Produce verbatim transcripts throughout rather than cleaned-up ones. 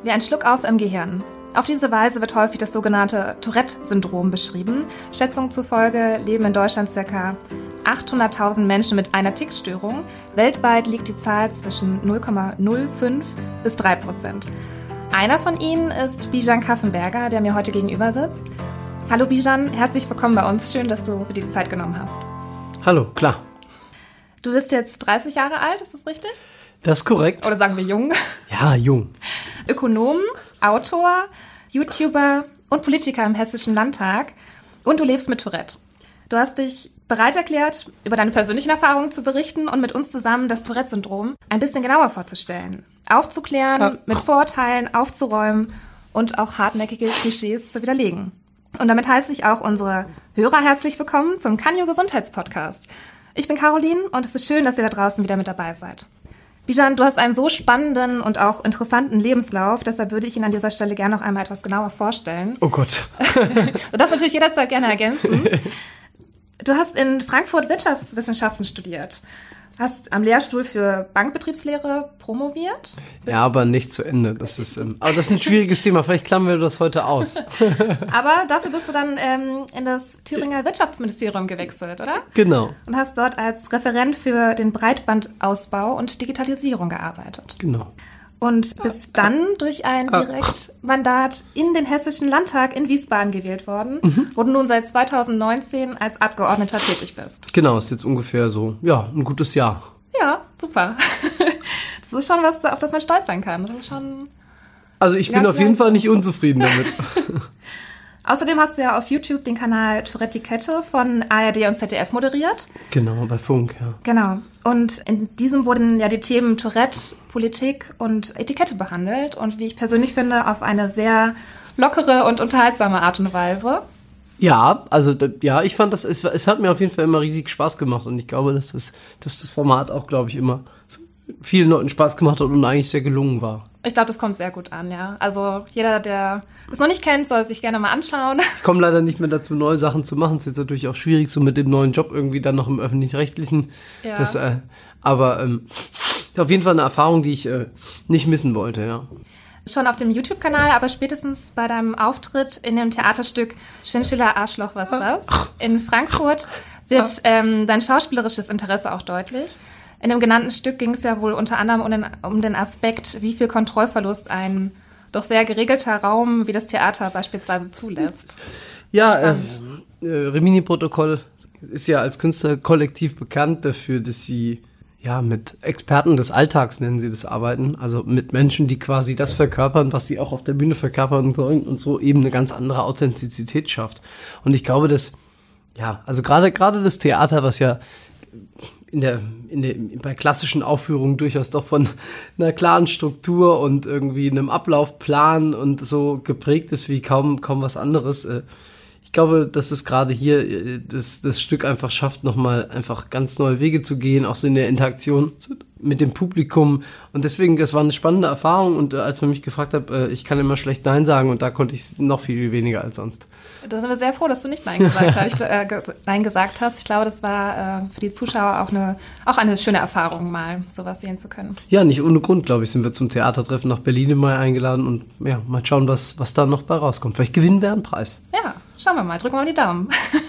Wie ein Schluck auf im Gehirn. Auf diese Weise wird häufig das sogenannte Tourette-Syndrom beschrieben. Schätzungen zufolge leben in Deutschland ca. achthunderttausend Menschen mit einer Tickstörung. Weltweit liegt die Zahl zwischen null Komma null fünf bis drei Prozent. Einer von ihnen ist Bijan Kaffenberger, der mir heute gegenüber sitzt. Hallo Bijan, herzlich willkommen bei uns. Schön, dass du dir die Zeit genommen hast. Hallo, klar. Du bist jetzt dreißig Jahre alt, ist das richtig? Das ist korrekt. Oder sagen wir jung? Ja, jung. Ökonom, Autor, YouTuber und Politiker im Hessischen Landtag. Und du lebst mit Tourette. Du hast dich bereit erklärt, über deine persönlichen Erfahrungen zu berichten und mit uns zusammen das Tourette-Syndrom ein bisschen genauer vorzustellen. Aufzuklären, ja. Mit Vorurteilen aufzuräumen und auch hartnäckige Klischees zu widerlegen. Und damit heiße ich auch unsere Hörer herzlich willkommen zum Canyo Gesundheitspodcast. Ich bin Caroline und es ist schön, dass ihr da draußen wieder mit dabei seid. Bijan, du hast einen so spannenden und auch interessanten Lebenslauf, deshalb würde ich ihn an dieser Stelle gerne noch einmal etwas genauer vorstellen. Oh Gott. Du darfst natürlich jederzeit gerne ergänzen. Du hast in Frankfurt Wirtschaftswissenschaften studiert, hast am Lehrstuhl für Bankbetriebslehre promoviert. Ja, aber nicht zu Ende. Das ist, ähm, aber das ist ein schwieriges Thema. Vielleicht klammern wir das heute aus. Aber dafür bist du dann ähm, in das Thüringer Wirtschaftsministerium gewechselt, oder? Genau. Und hast dort als Referent für den Breitbandausbau und Digitalisierung gearbeitet. Genau. Und bist dann durch ein Direktmandat in den Hessischen Landtag in Wiesbaden gewählt worden, mhm. wo du nun seit zweitausendneunzehn als Abgeordneter tätig bist. Genau, ist jetzt ungefähr so, ja, ein gutes Jahr. Ja, super. Das ist schon was, auf das man stolz sein kann. Das ist schon also ich bin auf jeden Fall nicht unzufrieden damit. Außerdem hast du ja auf YouTube den Kanal Tourette-Kette von A R D und Z D F moderiert. Genau, bei Funk, ja. Genau. Und in diesem wurden ja die Themen Tourette, Politik und Etikette behandelt. Und wie ich persönlich finde, auf eine sehr lockere und unterhaltsame Art und Weise. Ja, also ja, ich fand das, es, es hat mir auf jeden Fall immer riesig Spaß gemacht. Und ich glaube, dass das, dass das Format auch, glaube ich, immer vielen Leuten Spaß gemacht hat und eigentlich sehr gelungen war. Ich glaube, das kommt sehr gut an, ja. Also jeder, der es noch nicht kennt, soll es sich gerne mal anschauen. Ich komme leider nicht mehr dazu, neue Sachen zu machen. Es ist jetzt natürlich auch schwierig, so mit dem neuen Job irgendwie dann noch im Öffentlich-Rechtlichen. Ja. Das, äh, aber ähm, auf jeden Fall eine Erfahrung, die ich äh, nicht missen wollte, ja. Schon auf dem YouTube-Kanal, aber spätestens bei deinem Auftritt in dem Theaterstück Chinchilla Arschloch was was in Frankfurt wird ähm, dein schauspielerisches Interesse auch deutlich. In dem genannten Stück ging es ja wohl unter anderem um den, um den Aspekt, wie viel Kontrollverlust ein doch sehr geregelter Raum wie das Theater beispielsweise zulässt. Ja, äh, äh, Rimini-Protokoll ist ja als Künstlerkollektiv bekannt dafür, dass sie ja mit Experten des Alltags, nennen sie das, arbeiten. Also mit Menschen, die quasi das verkörpern, was sie auch auf der Bühne verkörpern sollen und so eben eine ganz andere Authentizität schafft. Und ich glaube, dass, ja, also gerade gerade das Theater, was ja in der, in der, bei klassischen Aufführungen durchaus doch von einer klaren Struktur und irgendwie einem Ablaufplan und so geprägt ist wie kaum, kaum was anderes. Ich glaube, dass es gerade hier das, das Stück einfach schafft, nochmal einfach ganz neue Wege zu gehen, auch so in der Interaktion mit dem Publikum. Und deswegen, das war eine spannende Erfahrung. Und als man mich gefragt hat, ich kann immer schlecht Nein sagen und da konnte ich noch viel weniger als sonst. Da sind wir sehr froh, dass du nicht Nein gesagt hast. Ich, äh, Nein gesagt hast. Ich glaube, das war äh, für die Zuschauer auch eine, auch eine schöne Erfahrung, mal sowas sehen zu können. Ja, nicht ohne Grund, glaube ich, sind wir zum Theatertreffen nach Berlin im Mai eingeladen und ja, mal schauen, was, was da noch bei rauskommt. Vielleicht gewinnen wir einen Preis. Ja, schauen wir mal. Drücken wir mal die Daumen.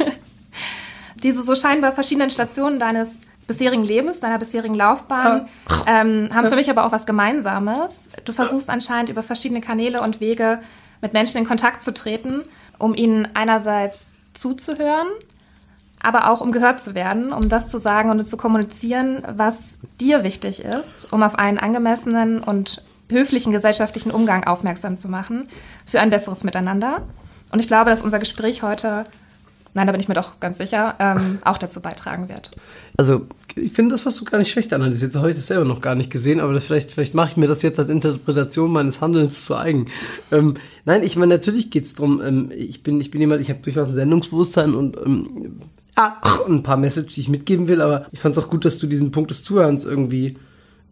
Diese so scheinbar verschiedenen Stationen deines bisherigen Lebens, deiner bisherigen Laufbahn, ähm, haben für mich aber auch was Gemeinsames. Du versuchst anscheinend über verschiedene Kanäle und Wege mit Menschen in Kontakt zu treten, um ihnen einerseits zuzuhören, aber auch um gehört zu werden, um das zu sagen und zu kommunizieren, was dir wichtig ist, um auf einen angemessenen und höflichen gesellschaftlichen Umgang aufmerksam zu machen für ein besseres Miteinander. Und ich glaube, dass unser Gespräch heute, nein, da bin ich mir doch ganz sicher, ähm, auch dazu beitragen wird. Also ich finde, das hast du gar nicht schlecht analysiert. Das habe ich das selber noch gar nicht gesehen, aber das vielleicht, vielleicht mache ich mir das jetzt als Interpretation meines Handelns zu eigen. Ähm, nein, ich meine, natürlich geht es darum, ähm, ich bin, ich bin jemand, ich habe durchaus ein Sendungsbewusstsein und ähm, ah, ein paar Messages, die ich mitgeben will, aber ich fand es auch gut, dass du diesen Punkt des Zuhörens irgendwie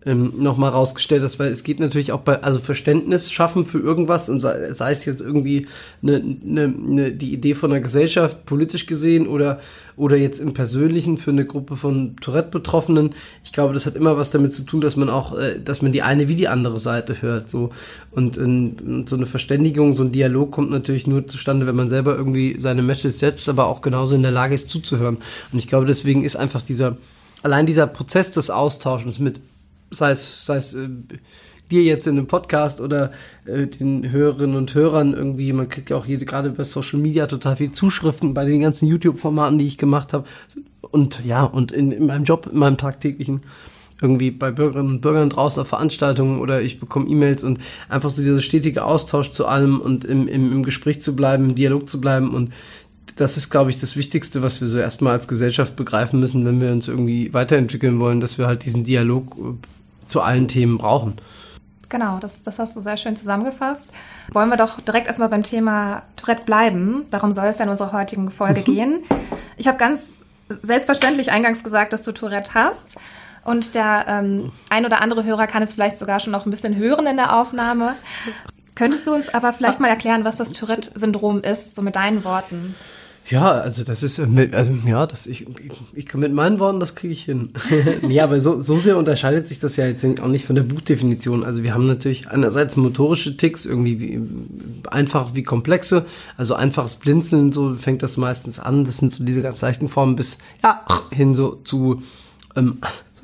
ähm, nochmal rausgestellt hast, weil es geht natürlich auch bei, also Verständnis schaffen für irgendwas und sei, sei es jetzt irgendwie eine, eine, eine, die Idee von einer Gesellschaft, politisch gesehen oder, oder jetzt im Persönlichen für eine Gruppe von Tourette-Betroffenen. Ich glaube, das hat immer was damit zu tun, dass man auch, äh, dass man die eine wie die andere Seite hört, so. Und, ähm, und so eine Verständigung, so ein Dialog kommt natürlich nur zustande, wenn man selber irgendwie seine Message setzt, aber auch genauso in der Lage ist zuzuhören. Und ich glaube, deswegen ist einfach dieser, allein dieser Prozess des Austauschens mit, sei es, sei es äh, dir jetzt in einem Podcast oder äh, den Hörerinnen und Hörern irgendwie, man kriegt ja auch jede, gerade bei Social Media total viel Zuschriften bei den ganzen YouTube-Formaten, die ich gemacht habe und ja, und in, in meinem Job, in meinem tagtäglichen, irgendwie bei Bürgerinnen und Bürgern draußen auf Veranstaltungen oder ich bekomme E-Mails und einfach so dieser stetige Austausch zu allem und im, im, im Gespräch zu bleiben, im Dialog zu bleiben und das ist, glaube ich, das Wichtigste, was wir so erstmal als Gesellschaft begreifen müssen, wenn wir uns irgendwie weiterentwickeln wollen, dass wir halt diesen Dialog zu allen Themen brauchen. Genau, das, das hast du sehr schön zusammengefasst. Wollen wir doch direkt erstmal beim Thema Tourette bleiben. Darum soll es ja in unserer heutigen Folge gehen. Ich habe ganz selbstverständlich eingangs gesagt, dass du Tourette hast. Und der ähm, ein oder andere Hörer kann es vielleicht sogar schon noch ein bisschen hören in der Aufnahme. Könntest du uns aber vielleicht mal erklären, was das Tourette-Syndrom ist, so mit deinen Worten? Ja, also das ist, also, ja, das ich, ich, ich kann mit meinen Worten, das kriege ich hin. Nee, aber so, so sehr unterscheidet sich das ja jetzt auch nicht von der Buchdefinition. Also wir haben natürlich einerseits motorische Ticks, irgendwie wie, einfach wie komplexe, also einfaches Blinzeln, so fängt das meistens an. Das sind so diese ganz leichten Formen bis, ja, hin so zu, ähm, so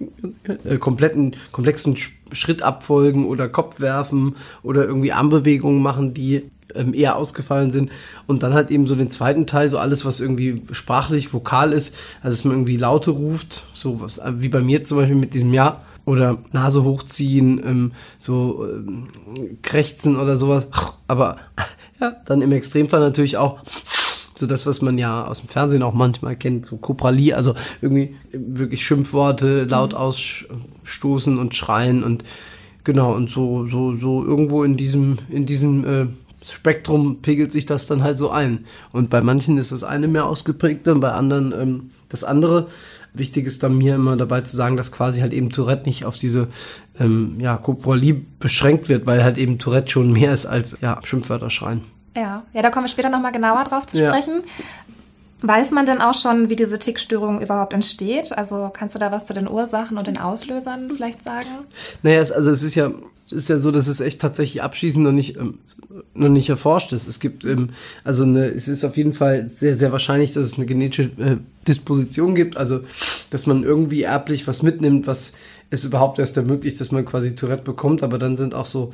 äh, kompletten, komplexen Schrittabfolgen oder Kopfwerfen oder irgendwie Armbewegungen machen, die ähm, eher ausgefallen sind. Und dann halt eben so den zweiten Teil, so alles, was irgendwie sprachlich, vokal ist, also dass man irgendwie Laute ruft, so was, wie bei mir zum Beispiel mit diesem Ja, oder Nase hochziehen, ähm, so ähm, krächzen oder sowas. Aber ja, dann im Extremfall natürlich auch so das, was man ja aus dem Fernsehen auch manchmal kennt, so Kopralie, also irgendwie wirklich Schimpfworte laut mhm. ausstoßen und schreien und genau, und so, so, so irgendwo in diesem, in diesem äh, Spektrum pegelt sich das dann halt so ein. Und bei manchen ist das eine mehr ausgeprägt, und bei anderen ähm, das andere. Wichtig ist dann mir immer dabei zu sagen, dass quasi halt eben Tourette nicht auf diese ähm, ja, Kopralie beschränkt wird, weil halt eben Tourette schon mehr ist als ja, Schimpfwörter schreien. Ja, ja, da kommen wir später nochmal genauer drauf zu sprechen. Ja. Weiß man denn auch schon, wie diese Tickstörung überhaupt entsteht? Also kannst du da was zu den Ursachen und den Auslösern vielleicht sagen? Naja, es, also es ist ja, es ist ja so, dass es echt tatsächlich abschließend noch nicht, ähm, noch nicht erforscht ist. Es gibt, ähm, also eine, es ist auf jeden Fall sehr, sehr wahrscheinlich, dass es eine genetische äh, Disposition gibt, also dass man irgendwie erblich was mitnimmt, was es überhaupt erst ermöglicht, dass man quasi Tourette bekommt, aber dann sind auch so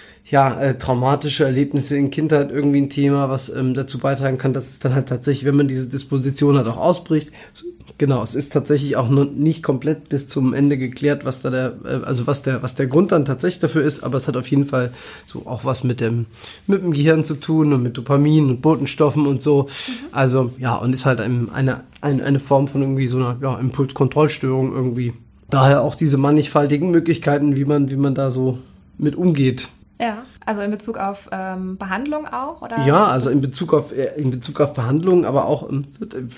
ja, äh, traumatische Erlebnisse in Kindheit irgendwie ein Thema, was ähm, dazu beitragen kann, dass es dann halt tatsächlich, wenn man diese Disposition hat, auch ausbricht. Genau, es ist tatsächlich auch noch nicht komplett bis zum Ende geklärt, was da der, äh, also was der, was der Grund dann tatsächlich dafür ist, aber es hat auf jeden Fall so auch was mit dem, mit dem Gehirn zu tun und mit Dopamin und Botenstoffen und so. Mhm. Also, ja, und ist halt ein, eine, eine, eine Form von irgendwie so einer, ja, Impulskontrollstörung irgendwie. Daher auch diese mannigfaltigen Möglichkeiten, wie man, wie man da so mit umgeht. Ja, also in Bezug auf ähm, Behandlung auch? Oder ja, also in Bezug auf in Bezug auf Behandlung, aber auch ähm,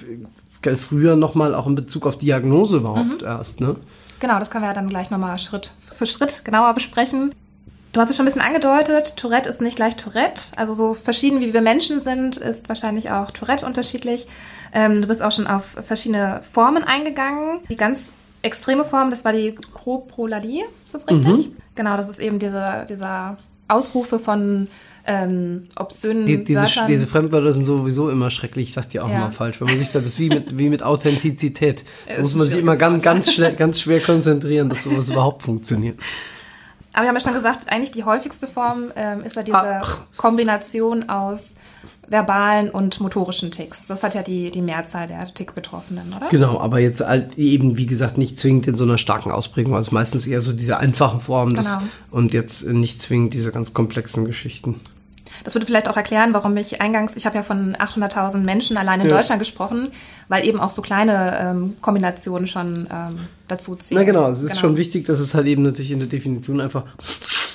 früher nochmal auch in Bezug auf Diagnose überhaupt mhm. erst, ne? Genau, das können wir ja dann gleich nochmal Schritt für Schritt genauer besprechen. Du hast es schon ein bisschen angedeutet, Tourette ist nicht gleich Tourette. Also so verschieden wie wir Menschen sind, ist wahrscheinlich auch Tourette unterschiedlich. Ähm, du bist auch schon auf verschiedene Formen eingegangen. Die ganz extreme Form, das war die Koprolalie, ist das richtig? Mhm. Genau, das ist eben diese, dieser Ausrufe von ähm, obszönen die, diese, Wörtern. Diese Fremdwörter sind sowieso immer schrecklich, ich sag dir auch ja. mal falsch, weil man sich da, das ist wie mit, wie mit Authentizität. Da muss man sich immer ganz, ganz, schnell, ganz schwer konzentrieren, dass sowas überhaupt funktioniert. Aber wir haben ja schon gesagt, eigentlich die häufigste Form ähm, ist ja diese Ach. Kombination aus verbalen und motorischen Ticks. Das hat ja die, die Mehrzahl der Tick-Betroffenen, oder? Genau, aber jetzt halt eben, wie gesagt, nicht zwingend in so einer starken Ausprägung. Also meistens eher so diese einfachen Formen des, genau. und jetzt nicht zwingend diese ganz komplexen Geschichten. Das würde vielleicht auch erklären, warum ich eingangs, ich habe ja von achthunderttausend Menschen allein in ja. Deutschland gesprochen, weil eben auch so kleine ähm, Kombinationen schon ähm, dazu ziehen. Na genau, es ist genau. schon wichtig, dass es halt eben natürlich in der Definition einfach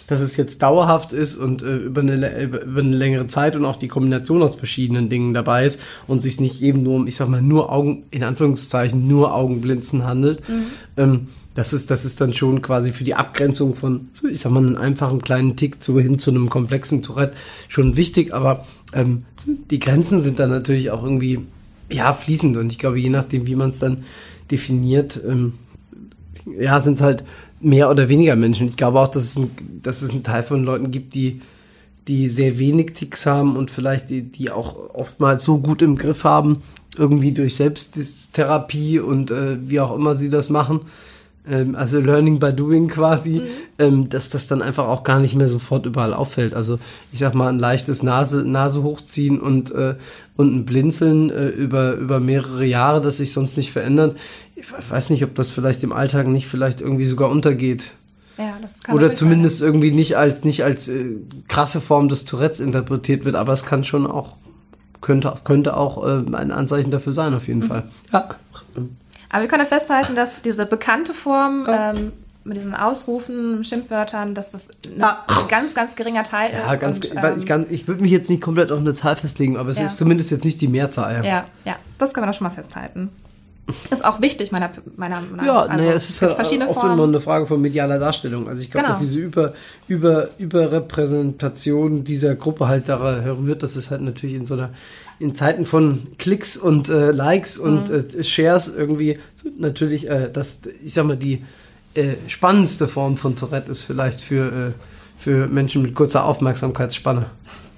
dass es jetzt dauerhaft ist und äh, über, eine, über eine längere Zeit und auch die Kombination aus verschiedenen Dingen dabei ist und sich nicht eben nur um, ich sag mal, nur Augen, in Anführungszeichen, nur Augenblinzen handelt. Mhm. Ähm, das ist, das ist dann schon quasi für die Abgrenzung von, ich sag mal, einem einfachen kleinen Tick zu, hin zu einem komplexen Tourette schon wichtig, aber ähm, die Grenzen sind dann natürlich auch irgendwie, ja, fließend und ich glaube, je nachdem, wie man es dann definiert, ähm, ja, sind es halt mehr oder weniger Menschen. Ich glaube auch, dass es, ein, dass es einen Teil von Leuten gibt, die, die sehr wenig Ticks haben und vielleicht die, die auch oftmals so gut im Griff haben, irgendwie durch Selbsttherapie und äh, wie auch immer sie das machen, ähm, also Learning by Doing quasi, mhm. ähm, dass das dann einfach auch gar nicht mehr sofort überall auffällt. Also ich sag mal, ein leichtes Nase, Nase hochziehen und, äh, und ein Blinzeln äh, über, über mehrere Jahre, das sich sonst nicht verändert. Ich weiß nicht, ob das vielleicht im Alltag nicht vielleicht irgendwie sogar untergeht. Ja, das kann Oder zumindest sein. irgendwie nicht als, nicht als äh, krasse Form des Tourettes interpretiert wird, aber es kann schon auch, könnte, könnte auch äh, ein Anzeichen dafür sein, auf jeden mhm. Fall. Ja. Aber wir können ja festhalten, dass diese bekannte Form ja. ähm, mit diesen Ausrufen, Schimpfwörtern, dass das ein ja. ganz, ganz geringer Teil ja, ist. Ganz, und, ich, ähm, ich, kann, ich würde mich jetzt nicht komplett auf eine Zahl festlegen, aber es ja. ist zumindest jetzt nicht die Mehrzahl. Ja, ja, ja, das können wir doch schon mal festhalten. Ist auch wichtig, meiner meiner Meinung nach. Ja, also, naja, es ist halt verschiedene oft Formen. immer eine Frage von medialer Darstellung. Also ich glaube, genau. dass diese Über, Über, Überrepräsentation dieser Gruppe halt daran rührt, dass es halt natürlich in so einer, in Zeiten von Klicks und äh, Likes und mhm. äh, Shares irgendwie natürlich, äh, das, ich sag mal, die äh, spannendste Form von Tourette ist vielleicht für, äh, für Menschen mit kurzer Aufmerksamkeitsspanne.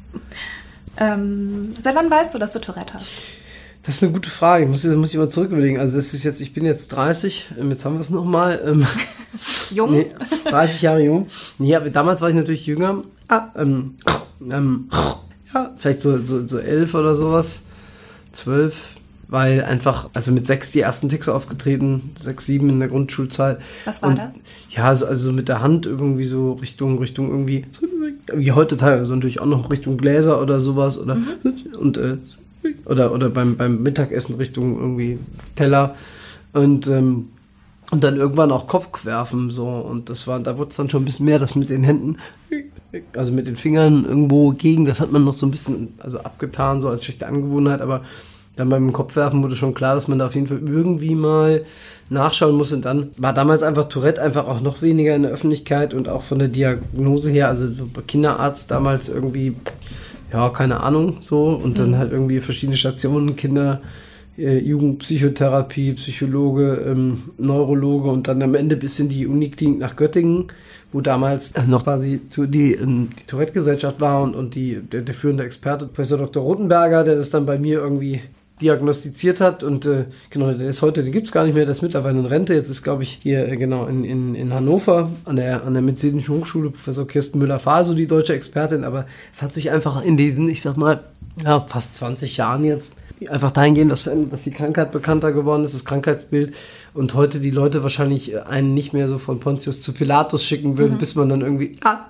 ähm, seit wann weißt du, dass du Tourette hast? Das ist eine gute Frage. Ich muss, muss ich mal zurück überlegen. Also das ist jetzt, ich bin jetzt dreißig, jetzt haben wir es nochmal. Ähm, jung? Nee, dreißig Jahre jung. Nee, aber damals war ich natürlich jünger. Ah, ähm, ähm, ja, vielleicht so, so, so elf oder sowas. Zwölf. Weil einfach, also mit sechs die ersten Ticks aufgetreten, sechs, sieben in der Grundschulzeit. Was war und, das? Ja, also, also mit der Hand irgendwie so Richtung, Richtung irgendwie, wie heute teilweise natürlich auch noch Richtung Gläser oder sowas oder, mhm. und, äh, Oder, oder beim, beim Mittagessen Richtung irgendwie Teller und, ähm, und dann irgendwann auch Kopf werfen, so. Und das war, da wurde es dann schon ein bisschen mehr, das mit den Händen, also mit den Fingern irgendwo gegen, das hat man noch so ein bisschen, also abgetan, so als schlechte Angewohnheit, aber dann beim Kopfwerfen wurde schon klar, dass man da auf jeden Fall irgendwie mal nachschauen muss. Und dann war damals einfach Tourette einfach auch noch weniger in der Öffentlichkeit und auch von der Diagnose her, also Kinderarzt damals irgendwie, ja, keine Ahnung, so. Und dann halt irgendwie verschiedene Stationen, Kinder, äh, Jugendpsychotherapie, Psychologe, ähm, Neurologe und dann am Ende bis in die Uniklinik nach Göttingen, wo damals noch quasi die, ähm, die Tourette-Gesellschaft war und, und die, der, der führende Experte, Professor Doktor Rothenberger, der das dann bei mir irgendwie diagnostiziert hat und äh, genau, der ist heute, den gibt's gar nicht mehr, der ist mittlerweile in Rente, jetzt ist, glaube ich, hier äh, genau in, in, in Hannover an der an der Medizinischen Hochschule Professor Kirsten Müller-Fahl, so die deutsche Expertin, aber es hat sich einfach in diesen, ich sag mal, ja, fast zwanzig Jahren jetzt einfach dahingehend, dass, dass die Krankheit bekannter geworden ist, das Krankheitsbild und heute die Leute wahrscheinlich einen nicht mehr so von Pontius zu Pilatus schicken würden, mhm. bis man dann irgendwie ah,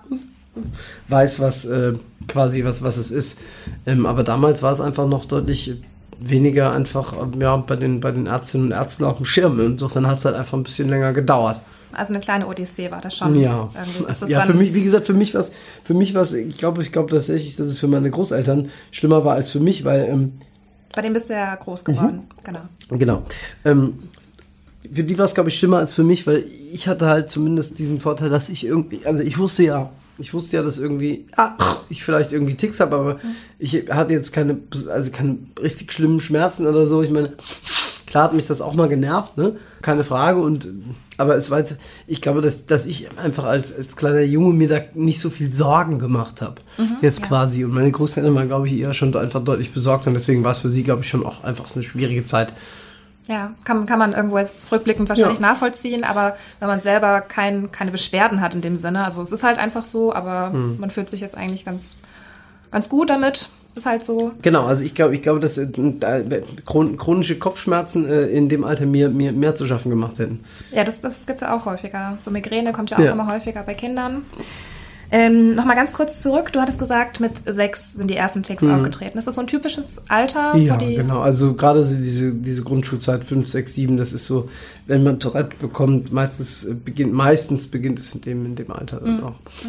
weiß, was äh, quasi was, was es ist. Ähm, aber damals war es einfach noch deutlich weniger einfach ja, bei den, bei den Ärztinnen und Ärzten auf dem Schirm. Insofern hat es halt einfach ein bisschen länger gedauert. Also eine kleine Odyssee war das schon. Ja, das ja für mich, wie gesagt, für mich was, für mich was, ich glaube, ich glaube tatsächlich, dass es für meine Großeltern schlimmer war als für mich, weil ähm, bei dem bist du ja groß geworden, mhm. genau. Genau. Ähm, für die war es, glaube ich, schlimmer als für mich, weil ich hatte halt zumindest diesen Vorteil, dass ich irgendwie, also ich wusste ja, ich wusste ja, dass irgendwie, ah, ich vielleicht irgendwie Ticks habe, aber mhm. ich hatte jetzt keine, also keine richtig schlimmen Schmerzen oder so. Ich meine, klar hat mich das auch mal genervt, ne? Keine Frage. Und aber es war jetzt, ich glaube, dass, dass ich einfach als, als kleiner Junge mir da nicht so viel Sorgen gemacht habe. Mhm, jetzt ja. quasi. Und meine Großeltern waren, glaube ich, eher schon einfach deutlich besorgt. Und deswegen war es für sie, glaube ich, schon auch einfach eine schwierige Zeit. Ja, kann, kann man irgendwo jetzt rückblickend wahrscheinlich ja. nachvollziehen, aber wenn man selber kein, keine Beschwerden hat in dem Sinne, also es ist halt einfach so, aber hm. man fühlt sich jetzt eigentlich ganz, ganz gut damit, ist halt so. Genau, also ich glaube, ich glaube, dass äh, chronische Kopfschmerzen äh, in dem Alter mir, mir mehr zu schaffen gemacht hätten. Ja, das, das gibt's ja auch häufiger. So Migräne kommt ja auch ja. immer häufiger bei Kindern. Ähm, Nochmal ganz kurz zurück, du hattest gesagt, mit sechs sind die ersten Ticks mhm. aufgetreten. Ist das so ein typisches Alter? Ja, die genau. Also gerade diese, diese Grundschulzeit, fünf, sechs, sieben, das ist so, wenn man Tourette bekommt, meistens beginnt, meistens beginnt es in dem, in dem Alter dann mhm. auch.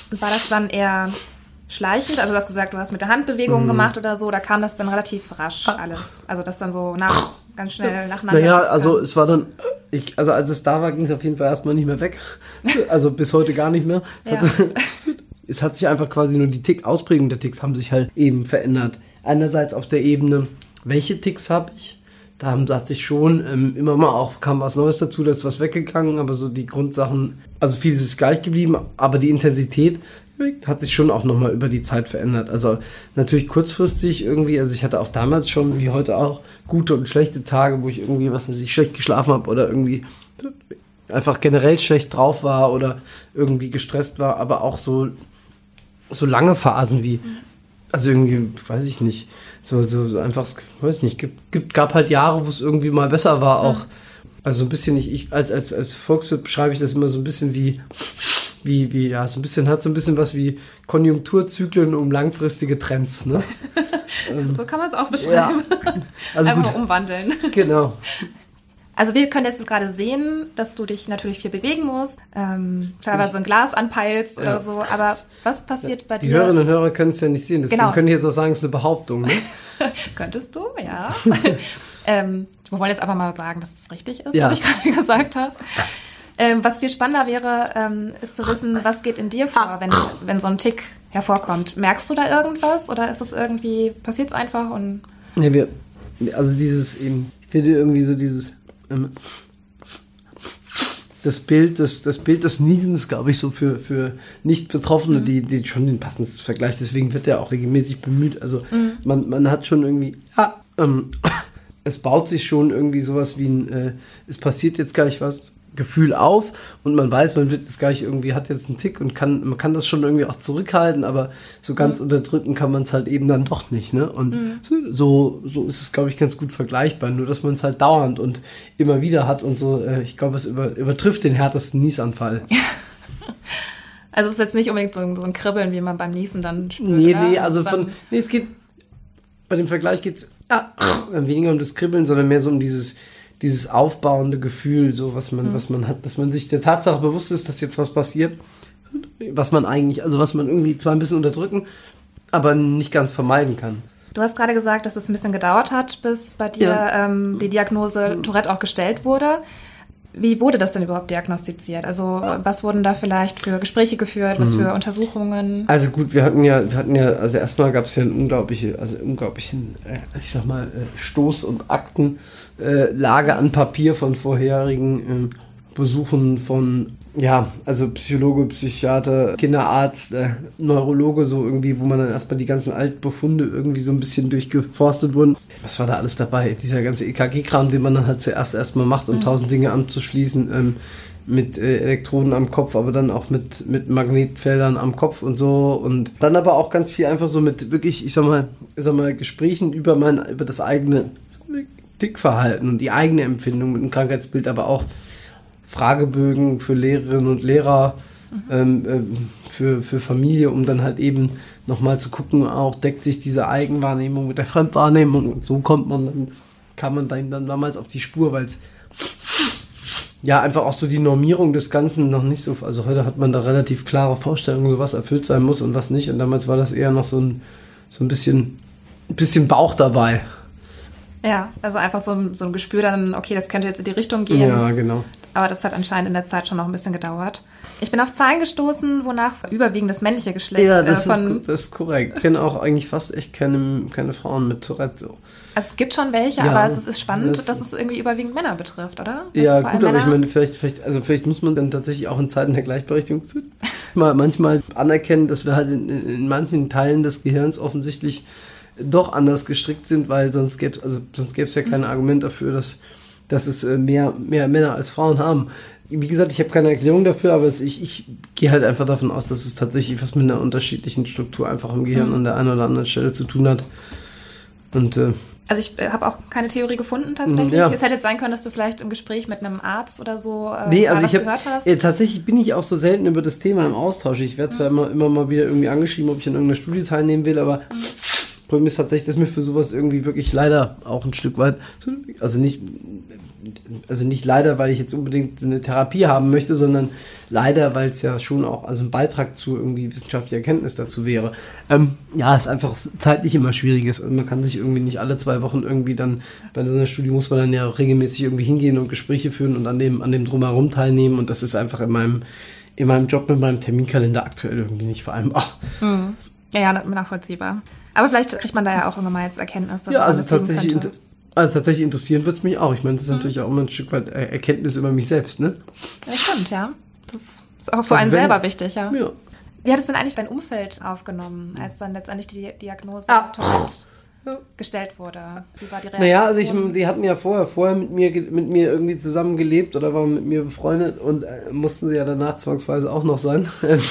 Und war das dann eher schleichend? Also du hast gesagt, du hast mit der Hand Bewegungen mhm. gemacht oder so, da kam das dann relativ rasch alles? Also das dann so nach, ganz schnell nacheinander? Naja, also es war dann, ich, also als es da war, ging es auf jeden Fall erstmal nicht mehr weg. Also bis heute gar nicht mehr. Es, ja. hat, es hat sich einfach quasi nur die Tick, Ausprägung der Ticks haben sich halt eben verändert. Einerseits auf der Ebene, welche Ticks habe ich? Da haben, hat sich schon ähm, immer mal auch, kam was Neues dazu, da ist was weggegangen, aber so die Grundsachen, also vieles ist gleich geblieben, aber die Intensität hat sich schon auch nochmal über die Zeit verändert. Also natürlich kurzfristig irgendwie, also ich hatte auch damals schon, wie heute auch, gute und schlechte Tage, wo ich irgendwie, was weiß ich, schlecht geschlafen habe oder irgendwie einfach generell schlecht drauf war oder irgendwie gestresst war, aber auch so, so lange Phasen wie, also irgendwie, weiß ich nicht, so, so, so einfach, weiß ich nicht, gibt, gibt, gab halt Jahre, wo es irgendwie mal besser war auch. Also so ein bisschen, ich, ich als, als, als Volkswirt beschreibe ich das immer so ein bisschen wie, wie, wie, ja, so ein bisschen, hat so ein bisschen was wie Konjunkturzyklen um langfristige Trends, ne? So kann man es auch beschreiben. Ja. Also einfach gut. Umwandeln. Genau. Also wir können jetzt gerade sehen, dass du dich natürlich viel bewegen musst, ähm, teilweise ein Glas anpeilst oder ja. so, aber was passiert ja, bei die dir? Die Hörerinnen und Hörer können es ja nicht sehen, deswegen genau. können die jetzt auch sagen, es ist eine Behauptung. Ne? Könntest du, ja. ähm, wir wollen jetzt einfach mal sagen, dass es richtig ist, ja. was ich gerade gesagt habe. Ähm, was viel spannender wäre, ähm, ist zu wissen, was geht in dir vor, wenn, wenn so ein Tick hervorkommt. Merkst du da irgendwas oder ist es irgendwie, passiert es einfach? Und ja, wir, also dieses eben, ich finde irgendwie so dieses das Bild des, das Bild des Niesens, glaube ich, so für, für Nicht-Betroffene, mhm. die, die schon den passendsten Vergleich, deswegen wird der auch regelmäßig bemüht. Also mhm. man, man hat schon irgendwie, ja, ähm, es baut sich schon irgendwie sowas wie ein, äh, es passiert jetzt gleich was, Gefühl auf und man weiß, man wird jetzt gleich irgendwie, hat jetzt einen Tick und kann, man kann das schon irgendwie auch zurückhalten, aber so ganz mhm. unterdrücken kann man es halt eben dann doch nicht, ne? Und mhm. so, so ist es, glaube ich, ganz gut vergleichbar, nur dass man es halt dauernd und immer wieder hat und so, äh, ich glaube, es über, übertrifft den härtesten Niesanfall. Also es ist jetzt nicht unbedingt so ein, so ein Kribbeln, wie man beim Niesen dann spürt, Nee, oder? nee, also von, nee, es geht, bei dem Vergleich geht es ja, weniger um das Kribbeln, sondern mehr so um dieses dieses aufbauende Gefühl, so was man, mhm. was man hat, dass man sich der Tatsache bewusst ist, dass jetzt was passiert, was man eigentlich, also was man irgendwie zwar ein bisschen unterdrücken, aber nicht ganz vermeiden kann. Du hast gerade gesagt, dass es ein bisschen gedauert hat, bis bei dir ja. ähm, die Diagnose Tourette auch gestellt wurde. Wie wurde das denn überhaupt diagnostiziert? Also was wurden da vielleicht für Gespräche geführt, was für Untersuchungen? Also gut, wir hatten ja, wir hatten ja, also erstmal gab es ja einen unglaubliche, also unglaublichen, ich sag mal, Stoß- und Aktenlage an Papier von vorherigen Besuchen von, ja, also Psychologe, Psychiater, Kinderarzt, äh, Neurologe, so irgendwie, wo man dann erstmal die ganzen Altbefunde irgendwie so ein bisschen durchgeforstet wurden. Was war da alles dabei? Dieser ganze E K G-Kram, den man dann halt zuerst erstmal macht, um mhm. tausend Dinge anzuschließen, ähm, mit äh, Elektroden am Kopf, aber dann auch mit, mit Magnetfeldern am Kopf und so. Und dann aber auch ganz viel einfach so mit wirklich, ich sag mal, ich sag mal, Gesprächen über mein, über das eigene Tickverhalten und die eigene Empfindung mit dem Krankheitsbild, aber auch Fragebögen für Lehrerinnen und Lehrer, mhm. ähm, ähm, für, für Familie, um dann halt eben nochmal zu gucken, auch deckt sich diese Eigenwahrnehmung mit der Fremdwahrnehmung und so kommt man dann, kam man dann, dann damals auf die Spur, weil es ja einfach auch so die Normierung des Ganzen noch nicht so, also heute hat man da relativ klare Vorstellungen, so was erfüllt sein muss und was nicht und damals war das eher noch so ein, so ein bisschen, ein bisschen Bauch dabei. Ja, also einfach so, so ein Gespür dann, okay, das könnte jetzt in die Richtung gehen. Ja, genau. Aber das hat anscheinend in der Zeit schon noch ein bisschen gedauert. Ich bin auf Zahlen gestoßen, wonach überwiegend das männliche Geschlecht ja, das äh, von... Ist, das ist korrekt. Ich kenne auch eigentlich fast echt keine, keine Frauen mit Tourette so. Also es gibt schon welche, ja, aber es ist spannend, das dass es irgendwie überwiegend Männer betrifft, oder? Das ja, gut, aber Männer. Ich meine, vielleicht, vielleicht, also vielleicht muss man dann tatsächlich auch in Zeiten der Gleichberechtigung mal manchmal anerkennen, dass wir halt in, in manchen Teilen des Gehirns offensichtlich doch anders gestrickt sind, weil sonst gäbe es also sonst gäbe es ja kein Argument dafür, dass, dass es mehr, mehr Männer als Frauen haben. Wie gesagt, ich habe keine Erklärung dafür, aber es, ich, ich gehe halt einfach davon aus, dass es tatsächlich was mit einer unterschiedlichen Struktur einfach im Gehirn mhm. an der einen oder anderen Stelle zu tun hat. Und äh, also ich äh, habe auch keine Theorie gefunden tatsächlich. Ja. Es hätte jetzt sein können, dass du vielleicht im Gespräch mit einem Arzt oder so äh, nee, also was ich hab, gehört hast. Äh, tatsächlich bin ich auch so selten über das Thema im Austausch. Ich werde zwar mhm. immer, immer mal wieder irgendwie angeschrieben, ob ich an irgendeiner Studie teilnehmen will, aber mhm. Problem ist tatsächlich, dass mir für sowas irgendwie wirklich leider auch ein Stück weit, also nicht, also nicht leider, weil ich jetzt unbedingt eine Therapie haben möchte, sondern leider, weil es ja schon auch also ein Beitrag zu irgendwie wissenschaftlicher Erkenntnis dazu wäre. Ähm, ja, es ist einfach zeitlich immer schwierig ist. Also man kann sich irgendwie nicht alle zwei Wochen irgendwie dann, bei so einer Studie muss man dann ja regelmäßig irgendwie hingehen und Gespräche führen und an dem, an dem Drumherum teilnehmen und das ist einfach in meinem, in meinem Job mit meinem Terminkalender aktuell irgendwie nicht vereinbar. Hm. Ja, ja, nachvollziehbar. Aber vielleicht kriegt man da ja auch irgendwann mal jetzt Erkenntnisse. Ja, also tatsächlich, inter- also tatsächlich interessieren wird es mich auch. Ich meine, das ist hm. natürlich auch immer ein Stück weit Erkenntnis über mich selbst, ne? Ja, stimmt, ja. Das ist auch für also einen wenn, selber wichtig, ja. ja. Wie hat es denn eigentlich dein Umfeld aufgenommen, als dann letztendlich die Diagnose ah. ja. gestellt wurde? Wie war die Reaktion? Naja, also ich, die hatten ja vorher, vorher mit mir, mit mir irgendwie zusammen gelebt oder waren mit mir befreundet und äh, mussten sie ja danach zwangsweise auch noch sein.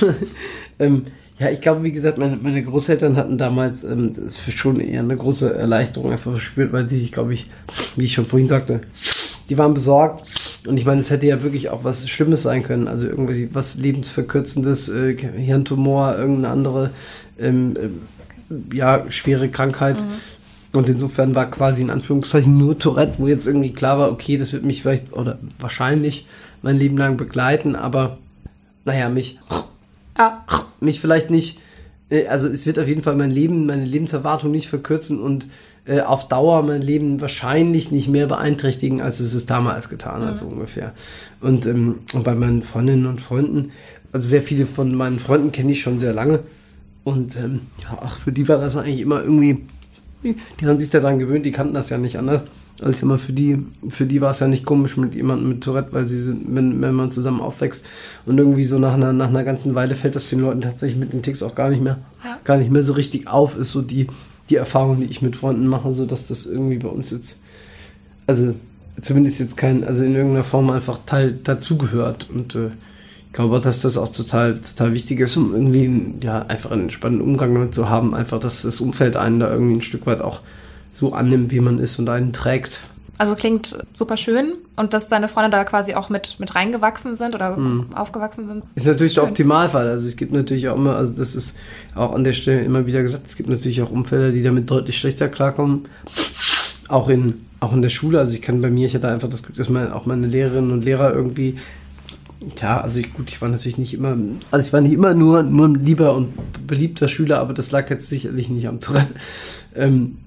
ähm, Ja, ich glaube, wie gesagt, meine, meine Großeltern hatten damals ähm, das ist schon eher eine große Erleichterung einfach verspürt, weil die sich, glaube ich, wie ich schon vorhin sagte, die waren besorgt. Und ich meine, es hätte ja wirklich auch was Schlimmes sein können. Also irgendwie was lebensverkürzendes, äh, Hirntumor, irgendeine andere, ähm, äh, ja, schwere Krankheit. Mhm. Und insofern war quasi in Anführungszeichen nur Tourette, wo jetzt irgendwie klar war, okay, das wird mich vielleicht oder wahrscheinlich mein Leben lang begleiten, aber naja, mich... Ah, mich vielleicht nicht, äh, also es wird auf jeden Fall mein Leben, meine Lebenserwartung nicht verkürzen und äh, auf Dauer mein Leben wahrscheinlich nicht mehr beeinträchtigen, als es es damals getan hat, mhm. so ungefähr. Und, ähm, und bei meinen Freundinnen und Freunden, also sehr viele von meinen Freunden kenne ich schon sehr lange und ähm, ja, ach, für die war das eigentlich immer irgendwie, die haben sich daran gewöhnt, die kannten das ja nicht anders. Also ich sag mal, für die, für die war es ja nicht komisch mit jemandem mit Tourette, weil sie sind, wenn, wenn man zusammen aufwächst und irgendwie so nach einer, nach einer ganzen Weile fällt das den Leuten tatsächlich mit den Tics auch gar nicht mehr, ja. gar nicht mehr so richtig auf, ist so die, die Erfahrung, die ich mit Freunden mache, so dass das irgendwie bei uns jetzt, also zumindest jetzt kein, also in irgendeiner Form einfach Teil dazugehört und äh, ich glaube, dass das auch total, total wichtig ist, um irgendwie, ja, einfach einen entspannten Umgang damit zu haben, einfach, dass das Umfeld einen da irgendwie ein Stück weit auch so annimmt, wie man ist und einen trägt. Also klingt super schön und dass deine Freunde da quasi auch mit, mit reingewachsen sind oder hm. aufgewachsen sind. Ist natürlich schön. Der Optimalfall. Also es gibt natürlich auch immer, also das ist auch an der Stelle immer wieder gesagt, es gibt natürlich auch Umfelder, die damit deutlich schlechter klarkommen. Auch in, auch in der Schule. Also ich kann bei mir, ich hatte einfach das Glück, dass meine, auch meine Lehrerinnen und Lehrer irgendwie, ja, also ich, gut, ich war natürlich nicht immer, also ich war nicht immer nur, nur ein lieber und beliebter Schüler, aber das lag jetzt sicherlich nicht am Tourette. Ähm,